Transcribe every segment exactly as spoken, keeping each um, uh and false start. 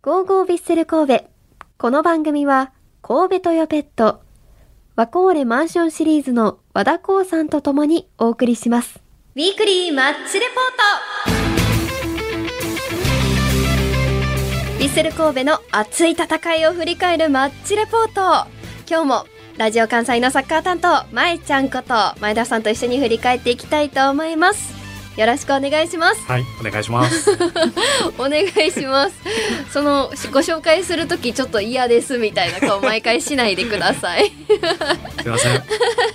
ゴーゴービッセル神戸。この番組は神戸トヨペット、ワコーレマンションシリーズの和田光さんと共にお送りします。ウィークリーマッチレポート。ビッセル神戸の熱い戦いを振り返るマッチレポート。今日もラジオ関西のサッカー担当、まえちゃんこと前田さんと一緒に振り返っていきたいと思います。よろしくお願いします。 はい、お願いしますお願いします。そのご紹介するときちょっと嫌ですみたいな顔毎回しないでください。 すいません。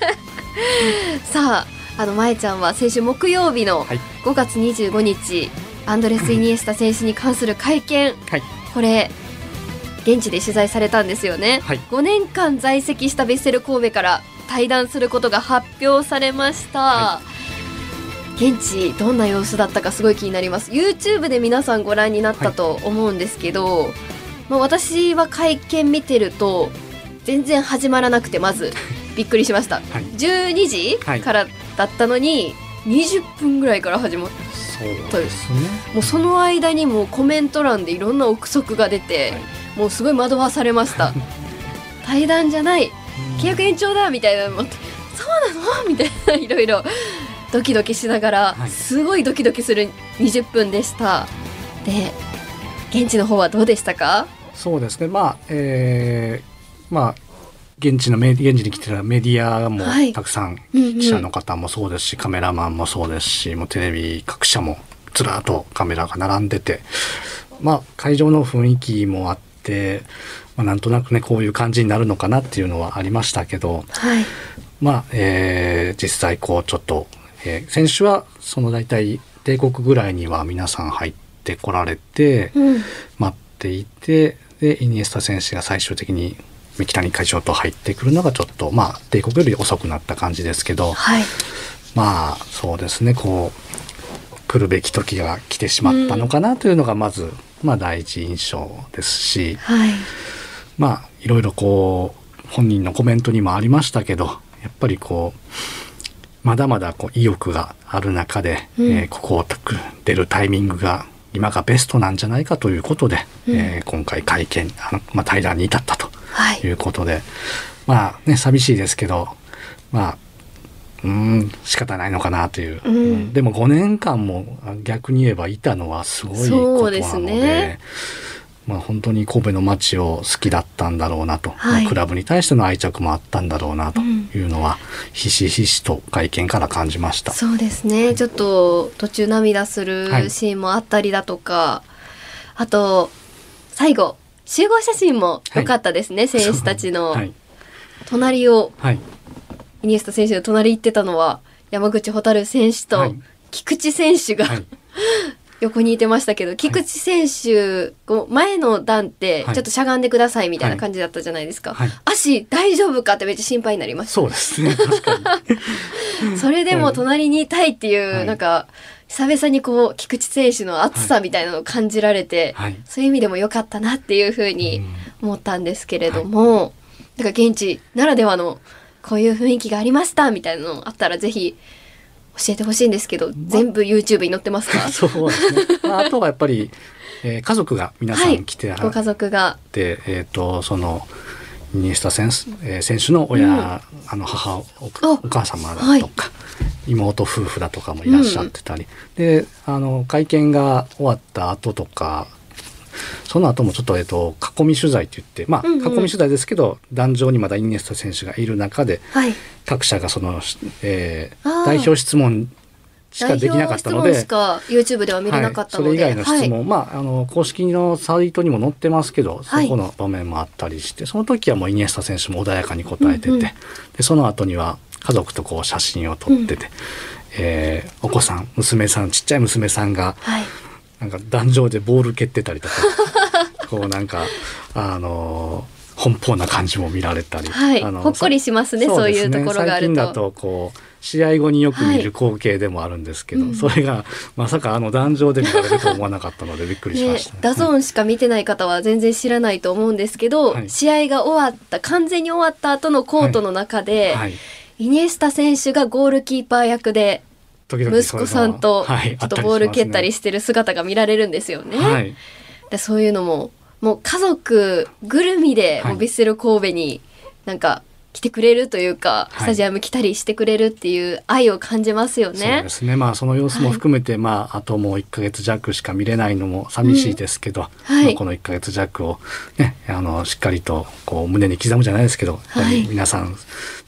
さあ、あのまえちゃんは先週木曜日のごがつにじゅうごにち、はい、アンドレス・イニエスタ選手に関する会見、はい、これ現地で取材されたんですよね、はい、ごねんかん在籍したヴェッセル神戸から退団することが発表されました、はい、現地どんな様子だったかすごい気になります。 YouTube で皆さんご覧になったと思うんですけど、はい、まあ、私は会見見てると全然始まらなくてまずびっくりしました、はい、じゅうにじからだったのににじゅっぷんぐらいから始まった。 そうですね。 もうその間にもコメント欄でいろんな憶測が出て、はい、もうすごい惑わされました対談じゃない、契約延長だみたいなのも、そうなのみたいないろいろドキドキしながら、はい、すごいドキドキするにじゅっぷんでした。で、現地の方はどうでしたか？ そうですね、まあ、えー、まあ現地のメ現地に来てたメディアもたくさん、はい、記者の方もそうですし、カメラマンもそうですし、もうテレビ各社もずらっとカメラが並んでて、まあ、会場の雰囲気もあって、まあ、なんとなくねこういう感じになるのかなっていうのはありましたけど、 はい、 まあ、えー、実際こうちょっと、えー、選手はその大体帝国ぐらいには皆さん入ってこられて、うん、待っていて、でイニエスタ選手が最終的に三木谷会長と入ってくるのがちょっと、まあ、帝国より遅くなった感じですけど、 はい、 まあそうですね、こう来るべき時が来てしまったのかなというのがまず、うん、まあ、第一印象ですし、 はい、 まあいろいろこう本人のコメントにもありましたけど、やっぱりこうまだまだこう意欲がある中で、うん、えー、ここを出るタイミングが今がベストなんじゃないかということで、うん、えー、今回会見あの、まあ、対談に至ったということで、はい、まあね寂しいですけど、まあうーん仕方ないのかなという、うんうん、でもごねんかんも逆に言えばいたのはすごいことなので、そうですね、まあ、本当に神戸の街を好きだったんだろうなと、はい、クラブに対しての愛着もあったんだろうなというのは、うん、ひしひしと会見から感じました。 そうですね、ちょっと途中涙するシーンもあったりだとか、はい、あと最後集合写真も良かったですね、はい、選手たちの隣を、はい、イニエスタ選手の隣行ってたのは山口蛍選手と菊池選手が、はい、横にいてましたけど、菊池選手、はい、前の段ってちょっとしゃがんでくださいみたいな感じだったじゃないですか、はいはい、足大丈夫かってめっちゃ心配になりました。 そうですね、確かにそれでも隣にいたいっていう、はい、なんか久々にこう菊池選手の熱さみたいなのを感じられて、はい、そういう意味でも良かったなっていうふうに思ったんですけれども、はい、なんか現地ならではのこういう雰囲気がありましたみたいなのあったらぜひ教えてほしいんですけど、全部 YouTube に載ってますか？ そうですね、まあ、あとはやっぱり、えー、家族が皆さん来てはって、 はい、ご家族がで、えー、とそのイニエスタ選手、えー、選手の親、うん、あの母 お, お母様だとか、はい、妹夫婦だとかもいらっしゃってたり、うん、であの会見が終わった後とかその後もちょっと、えっと、囲み取材って言って、まあ、うんうん、囲み取材ですけど壇上にまだイニエスタ選手がいる中で、はい、各社がその、えー、代表質問しかできなかったので、 代表質問しか YouTube では見れなかったので、 はい、それ以外の質問、はい、まあ、あの公式のサイトにも載ってますけど、そこの場面もあったりして、はい、その時はもうイニエスタ選手も穏やかに答えてて、うんうん、でその後には家族とこう写真を撮ってて、うん、えー、お子さん娘さんちっちゃい娘さんが、はい、なんか壇上でボール蹴ってたりとかこうなんかあの奔放な感じも見られたり、 はい、 あのほっこりしますね、そういうところがあると。 最近だとこう試合後によく見る光景でもあるんですけど、はい、それがまさかあの壇上で見られると思わなかったのでびっくりしました、ねね、ダゾーンしか見てない方は全然知らないと思うんですけど、はい、試合が終わった完全に終わった後のコートの中で、はいはい、イニエスタ選手がゴールキーパー役で時々息子さんとちょっとボール蹴ったりしてる姿が見られるんですよね、はい、でそういうのももう家族ぐるみでもうヴィッセル神戸になんか来てくれるというか、はい、スタジアム来たりしてくれるっていう愛を感じますよね。 そうですね、まあその様子も含めて、はい、まああともういっかげつ弱しか見れないのも寂しいですけど、うんはい、このいっかげつ弱をね、あのしっかりとこう胸に刻むじゃないですけど、やっぱり皆さん、はい、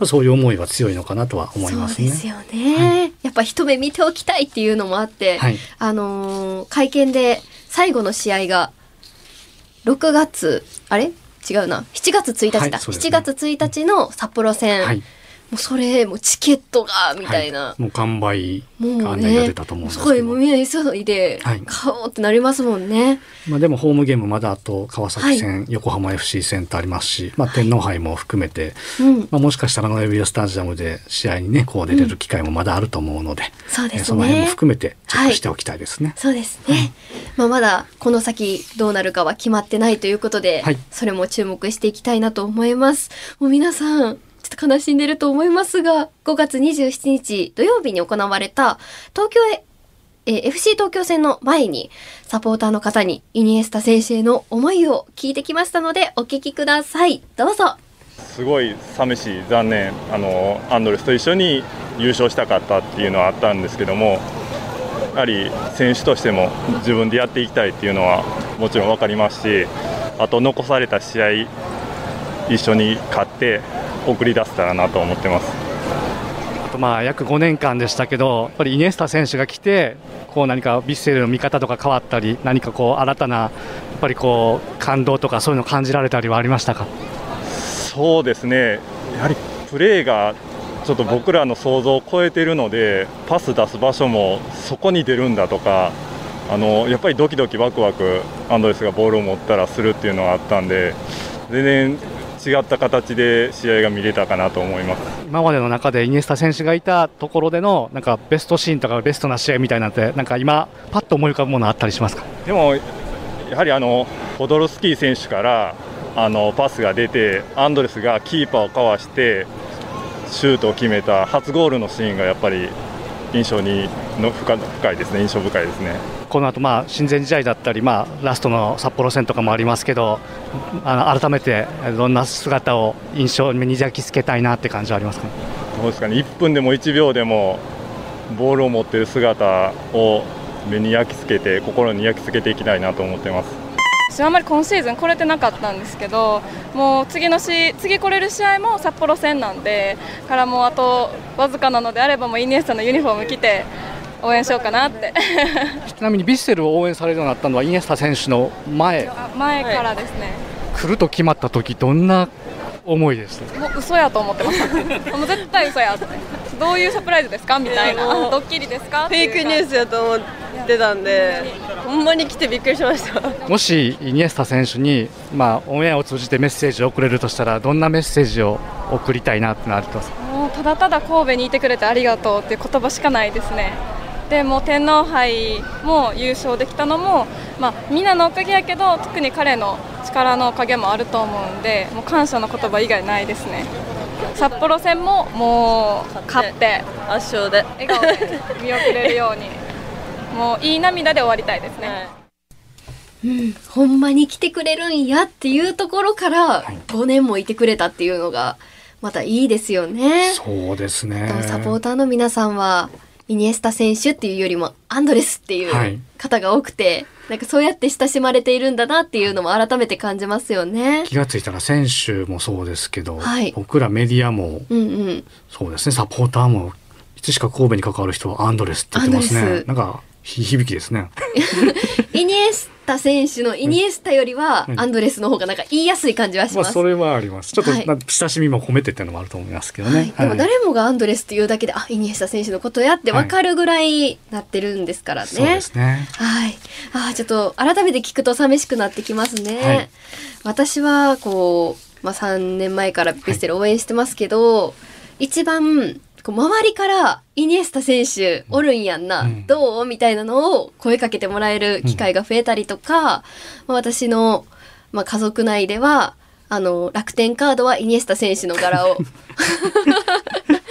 そういう思いは強いのかなとは思いますね。 そうですよね、はい、やっぱ一目見ておきたいっていうのもあって、はい、あのー、会見で最後の試合がろくがつあれ違うなしちがつついたちだ、はいね、しちがつついたちの札幌戦、はい、もうそれもうチケットがみたいな、はい、もう完売案内が出たと思うんですけど、 もうね、すごいもうみんな急いで買おうってなりますもんね、はい、 まあ、でもホームゲームまだあと川崎戦、はい、横浜 エフシー 戦とありますし、まあ、天皇杯も含めて、はい、まあ、もしかしたらノエビアスタジアムで試合にねこう出れる機会もまだあると思うので、うん、そうですね、その辺も含めてチェックしておきたいですね、はい、 そうですね、はい、まあ、まだこの先どうなるかは決まってないということで、はい、それも注目していきたいなと思います。もう皆さんちょっと悲しんでると思いますが、ごがつにじゅうしちにち土曜日に行われた東京へえー、エフシー 東京戦の前にサポーターの方にイニエスタ選手への思いを聞いてきましたのでお聞きください。どうぞ。 すごい寂しい、残念、あのアンドレスと一緒に優勝したかったっていうのはあったんですけども、やはり選手としても自分でやっていきたいっていうのはもちろん分かりますし、あと残された試合一緒に勝って送り出せたらなと思ってます。 まあ約ごねんかんでしたけど、やっぱりイニエスタ選手が来てこう何かヴィッセルの見方とか変わったり、何かこう新たなやっぱりこう感動とかそういうのを感じられたりはありましたか？ そうですね、やはりプレーがちょっと僕らの想像を超えているので、パス出す場所もそこに出るんだとか、あのやっぱりドキドキワクワクアンドレスがボールを持ったらするっていうのがあったんで、全然違った形で試合が見れたかなと思います。 今までの中でイニエスタ選手がいたところでのなんかベストシーンとかベストな試合みたいなんて、なんか今パッと思い浮かぶものあったりしますか？ でもやはりあのポドルスキー選手からあのパスが出てアンドレスがキーパーをかわしてシュートを決めた初ゴールのシーンがやっぱり印象にの 深, 深いですね印象深いですね。 この後まあ親善試合だったり、まあ、ラストの札幌戦とかもありますけど、あの改めてどんな姿を印象に焼き付けたいなって感じはありますかね？ どうですかね、いっぷんでもいちびょうでもボールを持っている姿を目に焼き付けて心に焼き付けていきたいなと思ってます。 私はあまり今シーズン来れてなかったんですけど、もう次のし次来れる試合も札幌戦なんでからもうあとわずかなのであればもうイニエスタのユニフォーム着て応援しようかなってちなみにヴィッセルを応援されるようになったのはイニエスタ選手の前前からですね、 はい、来ると決まった時どんな思いでした？ もう嘘やと思ってましたもう絶対嘘やって、どういうサプライズですかみたいな、ドッキリですかフェイクニュースやと思ってたんで、ほんまに来てびっくりしました。 もしイニエスタ選手に、まあ、オンエアを通じてメッセージを送れるとしたらどんなメッセージを送りたいなってなってますか？ もうただただ神戸にいてくれてありがとうっていう言葉しかないですね。でも天皇杯も優勝できたのも、まあ、みんなのおかげやけど特に彼の力のおかげもあると思うんで、もう感謝の言葉以外ないですね。札幌戦ももう勝って圧勝で笑顔で見送れるようにもういい涙で終わりたいですね、はいうん、ほんまに来てくれるんやっていうところからごねんもいてくれたっていうのがまたいいですよね。 そうですね。 サポーターの皆さんはイニエスタ選手っていうよりもアンドレスっていう方が多くて、はい、なんかそうやって親しまれているんだなっていうのも改めて感じますよね。 気がついたら選手もそうですけど、はい、僕らメディアも、うんうん、そうですね、サポーターもいつしか神戸に関わる人はアンドレスって言ってますね。なんか響きですねイニエスタ選手のイニエスタよりはアンドレスの方がなんか言いやすい感じはします、まあ、 それはあります。ちょっと、はい、親しみも込めてっていうのもあると思いますけどね、はい、 でも誰もがアンドレスっていうだけで、あ、イニエスタ選手のことやって分かるぐらいなってるんですからね、はい、そうですね、はい、あ、ちょっと改めて聞くと寂しくなってきますね、はい、私はこう、まあ、さんねんまえからヴィッセル応援してますけど、はい、一番こう周りからイニエスタ選手おるんやんな、うん、どうみたいなのを声かけてもらえる機会が増えたりとか、うん、まあ、私の、まあ、家族内ではあの楽天カードはイニエスタ選手の柄を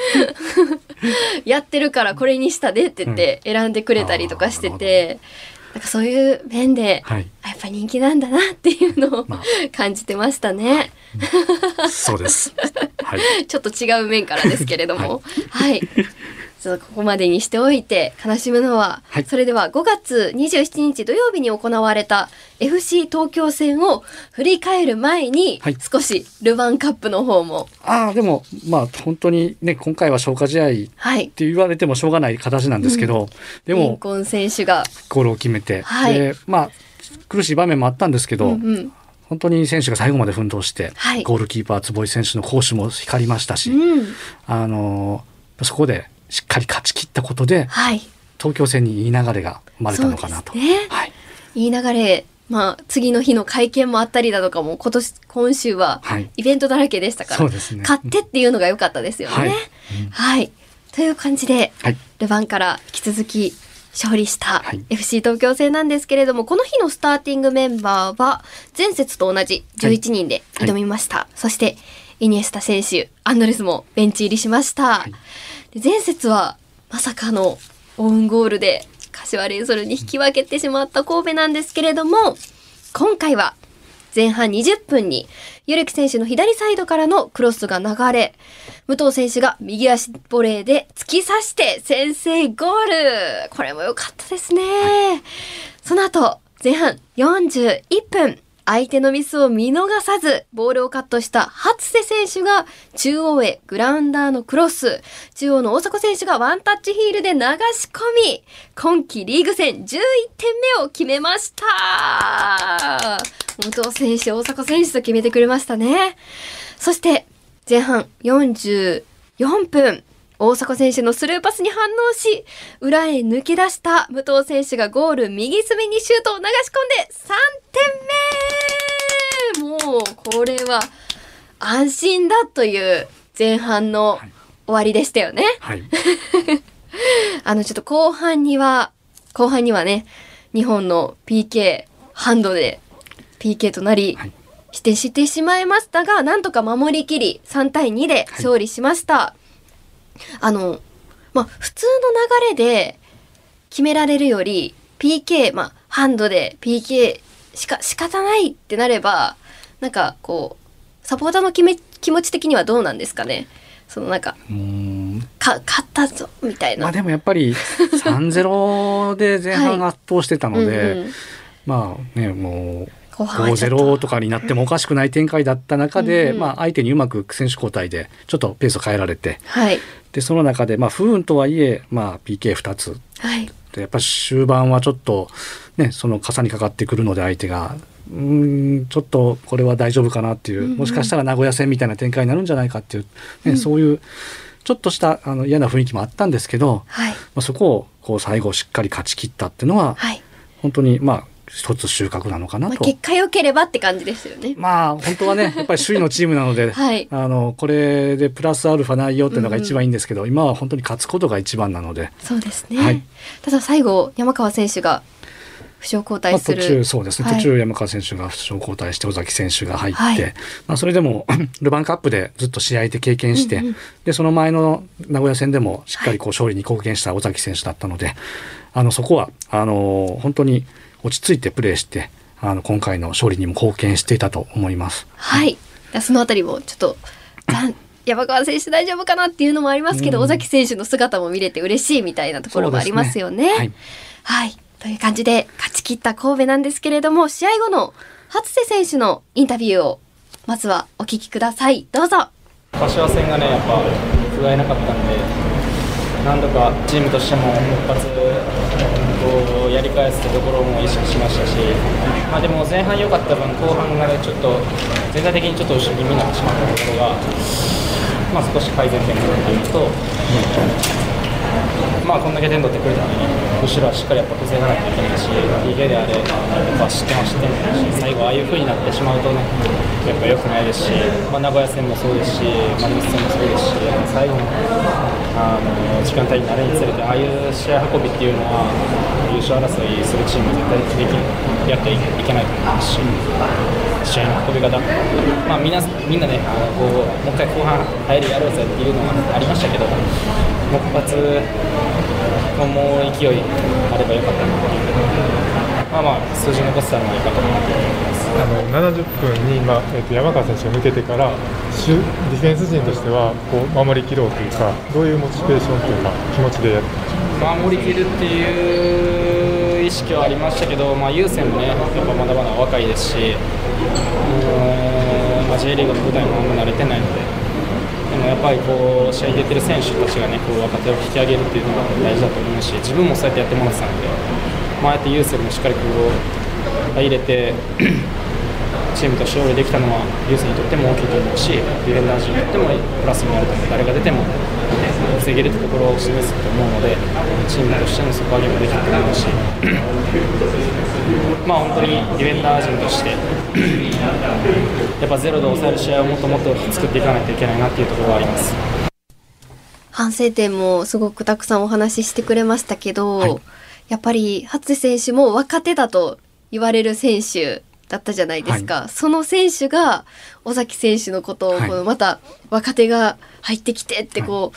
やってるからこれにしたでって言って選んでくれたりとかしてて、 なんかそういう面で、 はい、 やっぱり人気なんだなっていうのを、まあ、感じてましたね。 うん、そうです、はい、 ちょっと違う面からですけれども、はい、はい、ちょっとここまでにしておいて悲しむのは、はい、それではごがつにじゅうしちにち土曜日に行われた エフシー 東京戦を振り返る前に、はい、少しルヴァンカップの方も。 ああ、でもまあ本当にね、今回は消化試合って言われてもしょうがない形なんですけど、はい、うん、でもリンコン選手がゴールを決めて、はい、でまあ苦しい場面もあったんですけど、うんうん、本当に選手が最後まで奮闘して、はい、ゴールキーパー坪井選手の攻守も光りましたし、うん、あのそこでしっかり勝ち切ったことで、はい、東京戦にいい流れが生まれたのかなと。 そうですね、はい、いい流れ、まあ、次の日の会見もあったりだとかも今年今週はイベントだらけでしたから、はい、そうですね、勝ってっていうのが良かったですよね。はい、うん、はい、という感じで、はい、ルヴァンから引き続き勝利した エフシー 東京戦なんですけれども、はい、この日のスターティングメンバーは前節と同じじゅういちにんで挑みました、はいはい、そしてイニエスタ選手、アンドレスもベンチ入りしました、はい、で前節はまさかのオウンゴールで柏レイソルに引き分けてしまった神戸なんですけれども、今回は前半にじゅっぷんにユルキ選手の左サイドからのクロスが流れ、武藤選手が右足ボレーで突き刺して先制ゴール。これも良かったですね、はい、その後前半よんじゅういっぷん、相手のミスを見逃さずボールをカットした初瀬選手が中央へグラウンダーのクロス、中央の大迫選手がワンタッチヒールで流し込み、今季リーグ戦じゅういってんめを決めました。武藤選手、大迫選手と決めてくれましたね。そして前半よんじゅうよんぷん、大迫選手のスルーパスに反応し裏へ抜け出した武藤選手がゴール右隅にシュートを流し込んでさんてんめ。もうこれは安心だという前半の終わりでしたよね、はい、あのちょっと後半には後半にはねにほんの ピーケー ハンドで ピーケー となり、はい、失点してしまいましたが、なんとか守りきりさんたいにで勝利しました、はい、あのまあ普通の流れで決められるより ピーケー、まあハンドで ピーケー しか仕方ないってなれば、なんかこうサポーターの気め気持ち的にはどうなんですかね。そのなんかうーんか勝ったぞみたいな。 まあでもやっぱり さんたいゼロ で前半圧倒してたので、はい、うんうん、まあねもうごたいゼロとかになってもおかしくない展開だった中で、うんうん、まあ、相手にうまく選手交代でちょっとペースを変えられて、はい、でその中で、まあ、不運とはいえ、まあ、ピーケーふたつ、はい、でやっぱり終盤はちょっと、ね、その傘にかかってくるので相手がうーんちょっとこれは大丈夫かなっていう、うんうん、もしかしたら名古屋戦みたいな展開になるんじゃないかっていう、ね、うん、そういうちょっとしたあの嫌な雰囲気もあったんですけど、はい、まあ、そこをこう最後しっかり勝ち切ったっていうのは、はい、本当にまあ一つ収穫なのかなと、まあ、 結果良ければって感じですよね。 まあ本当はねやっぱり首位のチームなので、はい、あのこれでプラスアルファ内容っていうのが一番いいんですけど、うんうん、今は本当に勝つことが一番なので。 そうですね、はい、ただ最後山川選手が負傷交代する、 まあ、途中そうですね、はい、途中山川選手が負傷交代して尾崎選手が入って、はい、まあ、それでもルヴァンカップでずっと試合で経験して、うんうん、でその前の名古屋戦でもしっかりこう勝利に貢献した尾崎選手だったので、はい、あのそこはあの本当に落ち着いてプレーしてあの今回の勝利にも貢献していたと思います。 はい、そのあたりもちょっと山川選手大丈夫かなっていうのもありますけど、うん、尾崎選手の姿も見れて嬉しいみたいなところもありますよね。はい、はい、という感じで勝ち切った神戸なんですけれども、試合後の初瀬選手のインタビューをまずはお聞きください。どうぞ。 柏戦がねやっぱ不甲斐なかったんで、何度かチームとしても一発こうやり返すところも意識しましたし、まあ、でも前半良かった分後半がねちょっと全体的にちょっと後ろ気味になってしまったところが、まあ、少し改善点かなというのと、うん、まあこんだけ点取ってくれたのに後ろはしっかりやっぱ防がないといけないし、 ピーケー であれやっぱ失点は失点だし、最後ああいう風になってしまうとねやっぱ良くないですし、まあ、名古屋戦もそうですし丸光戦もそうですし、最後のあの時間帯になるにつれてああいう試合運びっていうのは優勝争いするチームは絶対できやっていけないと思いますし、試合の運び方、まあ、みんなみんなねあのこうもう一回後半入りやろうぜっていうのはありましたけど、もう一発こまあ、もう勢いあればよかったなっていう、まあまあ数字残せたのは良かったなと思います。 あのななじゅっぷんに、まあえー、と山川選手が抜けてからディフェンス陣としてはこう守りきろうというか、どういうモチベーションというか気持ちでやってま守りきるっていう意識はありましたけど、まあ、優先もねやっぱまだまだ若いですし、うーん、まあ、J リーグの舞台もあんま慣れてないので、でもやっぱりこう試合に出てる選手たちがねこう若手を引き上げるっていうのが大事だと思うし、自分もそうやってやってもらってたので、まあ、ああやって優先もしっかりこう入れてチームと勝利できたのはユースにとっても大きいと思うし、ディフェンダー陣にとってもプラスになると思う。誰が出ても防げるってところを示すと思うので、チームとしての底上げもできると思うしまあ本当にディフェンダー陣としてやっぱゼロで抑える試合をもっともっと作っていかないといけないなっていうところはあります。 反省点もすごくたくさんお話ししてくれましたけど、はい、やっぱり初瀬選手も若手だと言われる選手だったじゃないですか、はい、その選手が尾崎選手のことをこのまた若手が入ってきてってこう、はい、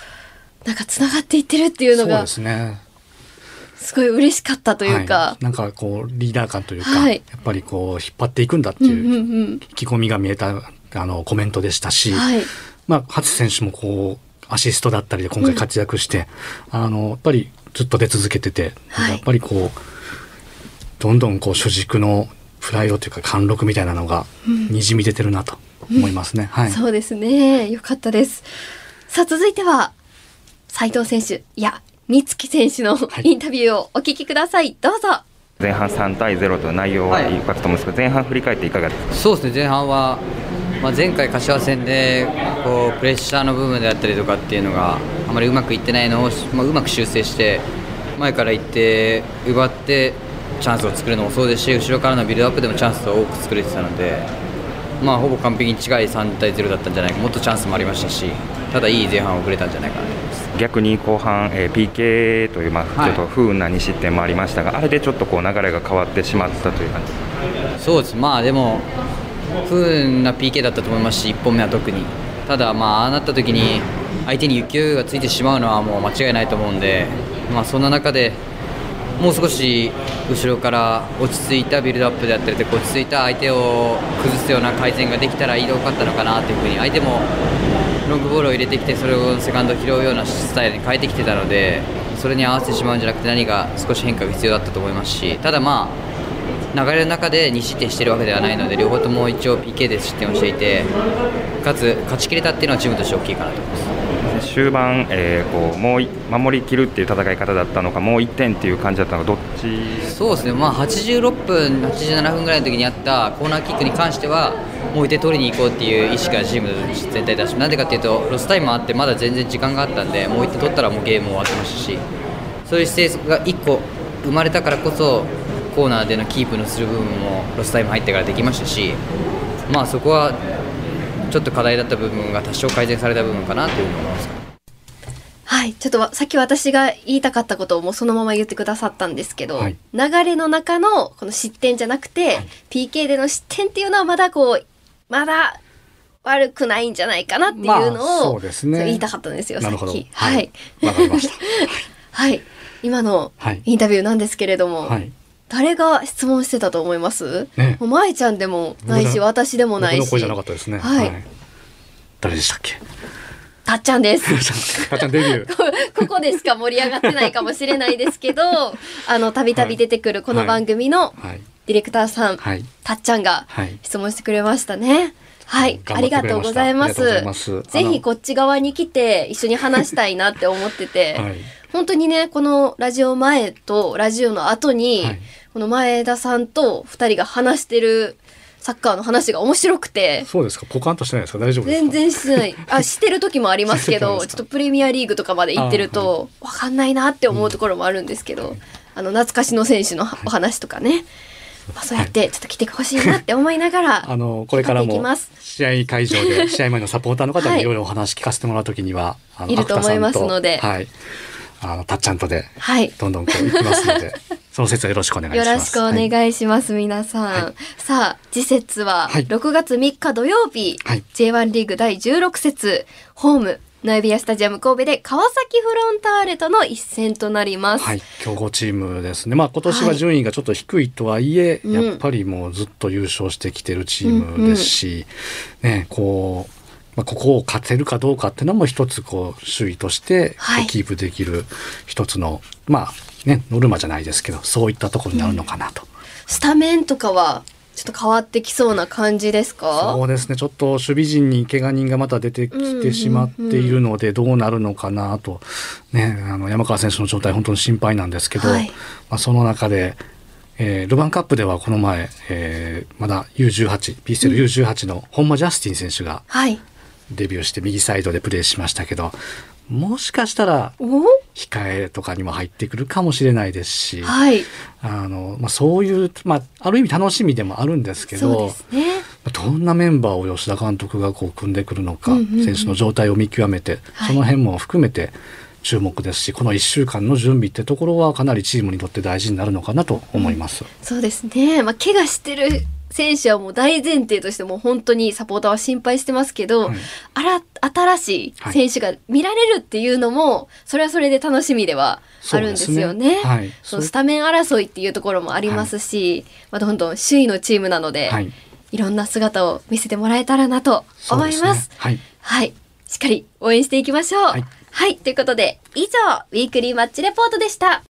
なんかつながっていってるっていうのがそうですね、 すごい嬉しかったというか、 はい、なんかこうリーダー感というか、はい、やっぱりこう引っ張っていくんだっていう意気込みが見えたあのコメントでしたし、はい、まあ初選手もこうアシストだったりで今回活躍して、うん、あのやっぱりずっと出続けてて、はい、やっぱりこうどんどんこう主軸のプライドというか貫禄みたいなのがにじみ出てるなと思いますね、うんはい、 そうですね、よかったです。さあ続いては斉藤選手いや美月選手のインタビューをお聞きください、はい、どうぞ。 前半さんたいゼロと内容はいいかと思うんですけど、前半振り返っていかがですか。 そうですね、前半は、まあ、前回柏戦でこうプレッシャーの部分であったりとかっていうのがあまりうまくいってないのを、まあ、うまく修正して前から行って奪ってチャンスを作るのもそうですし、後ろからのビルドアップでもチャンスを多く作れてたので、まあ、ほぼ完璧に近いさんたいゼロだったんじゃないか、もっとチャンスもありましたし、ただいい前半を送れたんじゃないかなと思います。 逆に後半、えー、ピーケー という、まあ、ちょっと不運なに失点もありましたが、はい、あれでちょっとこう流れが変わってしまったという感じ。 そうです、まあでも不運な ピーケー だったと思いますし、いっぽんめは特に。ただ、まあ、ああなった時に相手に勢いがついてしまうのはもう間違いないと思うんで、まあ、そんな中でもう少し後ろから落ち着いたビルドアップであったりとか、落ち着いた相手を崩すような改善ができたらいいのかったのかなというふうに、相手もロングボールを入れてきてそれをセカンドを拾うようなスタイルに変えてきてたので、それに合わせてしまうんじゃなくて何か少し変化が必要だったと思いますし、ただまあ流れの中でに失点しているわけではないので、両方とも一応 ピーケー で失点をしていて、かつ勝ち切れたっていうのはチームとして大きいかなと思います。 終盤、えー、こうもう守りきるっていう戦い方だったのか、もういってんっていう感じだったのか、どっち。 そうですね、まあ、はちじゅうろっぷん、はちじゅうななふんぐらいの時にあったコーナーキックに関してはもういってん取りに行こうっていう意識がチーム全体で出して、なんでかっていうとロスタイムあってまだ全然時間があったんで、もういってん取ったらもうゲーム終わってましたし、そういう姿勢がいっこ生まれたからこそコーナーでのキープのする部分もロスタイム入ってからできましたし、まあそこはちょっと課題だった部分が多少改善された部分かなというふうに思います。 はい、ちょっとさっき私が言いたかったことをもうそのまま言ってくださったんですけど、はい、流れの中のこの失点じゃなくて、はい、ピーケー での失点っていうのはまだこうまだ悪くないんじゃないかなっていうのを、まあそうですね、言いたかったんですよ、さっき。はい、わかりました。はい、今のインタビューなんですけれども、はい、誰が質問してたと思います？ね、もうまえちゃんでもないし、私でもないし。僕の声じゃなかったですね。はい。はい、誰でしたっけ？たっちゃんです。たっちゃんデビュー。ここでしか盛り上がってないかもしれないですけど、あのたびたび出てくるこの番組のディレクターさん、はい、たっちゃんが質問してくれましたね。はい、ありがとうございます。ぜひこっち側に来て一緒に話したいなって思ってて、はい、本当にね、このラジオ前とラジオの後に、はい、この前田さんとふたりが話してるサッカーの話が面白くて。そうですか、ポカンとしてないですか、大丈夫ですか。全然してない。あ、してる時もありますけど、ちょっとプレミアリーグとかまで行ってると、わかんないなって思うところもあるんですけど、うん、あの懐かしの選手のお話とかね、はい、まあ、そうやってちょっと来てほしいなって思いながら、あのこれからも試合会場で試合前のサポーターの方にいろいろお話聞かせてもらうときには、はい、いると思いますので、はい、あのたっちゃんとでどんどんこう行きますので、はい、その説はよろしくお願いします。よろしくお願いします、はい、皆さん、はい、さあ次節はろくがつみっか土曜日、はい、ジェイワン リーグだいじゅうろく節ホームノエビアスタジアム神戸で川崎フロンターレとの一戦となります。 はい、強豪チームですね。まあ今年は順位がちょっと低いとはいえ、はい、やっぱりもうずっと優勝してきてるチームですし、うんうん、ね、こう、まあ、ここを勝てるかどうかっていうのも一つこう首位としてキープできる一つの、はい、まあね、ノルマじゃないですけど、そういったところになるのかなと、うん、 スタメンとかはちょっと変わってきそうな感じですか？ そうですね、ちょっと守備陣に怪我人がまた出てきてしまっているので、どうなるのかなと、ね、あの山川選手の状態本当に心配なんですけど、はい、まあ、その中で、えー、ルヴァンカップではこの前、えー、まだ ユーじゅうはち ピーセル ユーじゅうはち の本間ジャスティン選手がデビューして右サイドでプレーしましたけど、もしかしたら控えとかにも入ってくるかもしれないですし、はい、あのまあ、そういう、まあ、ある意味楽しみでもあるんですけど、そうですね、どんなメンバーを吉田監督がこう組んでくるのか、うんうんうん、選手の状態を見極めて、はい、その辺も含めて注目ですし、このいっしゅうかんの準備ってところはかなりチームにとって大事になるのかなと思います。 うん、そうですね、まあ、怪我してる選手はもう大前提としても本当にサポーターは心配してますけど、はい、あら新しい選手が見られるっていうのも、それはそれで楽しみではあるんですよね。はい、そのスタメン争いっていうところもありますし、はい、まあ、どんどん首位のチームなので、はい、いろんな姿を見せてもらえたらなと思います。はい、はい、しっかり応援していきましょう。はい、はい、ということで以上ウィークリーマッチレポートでした。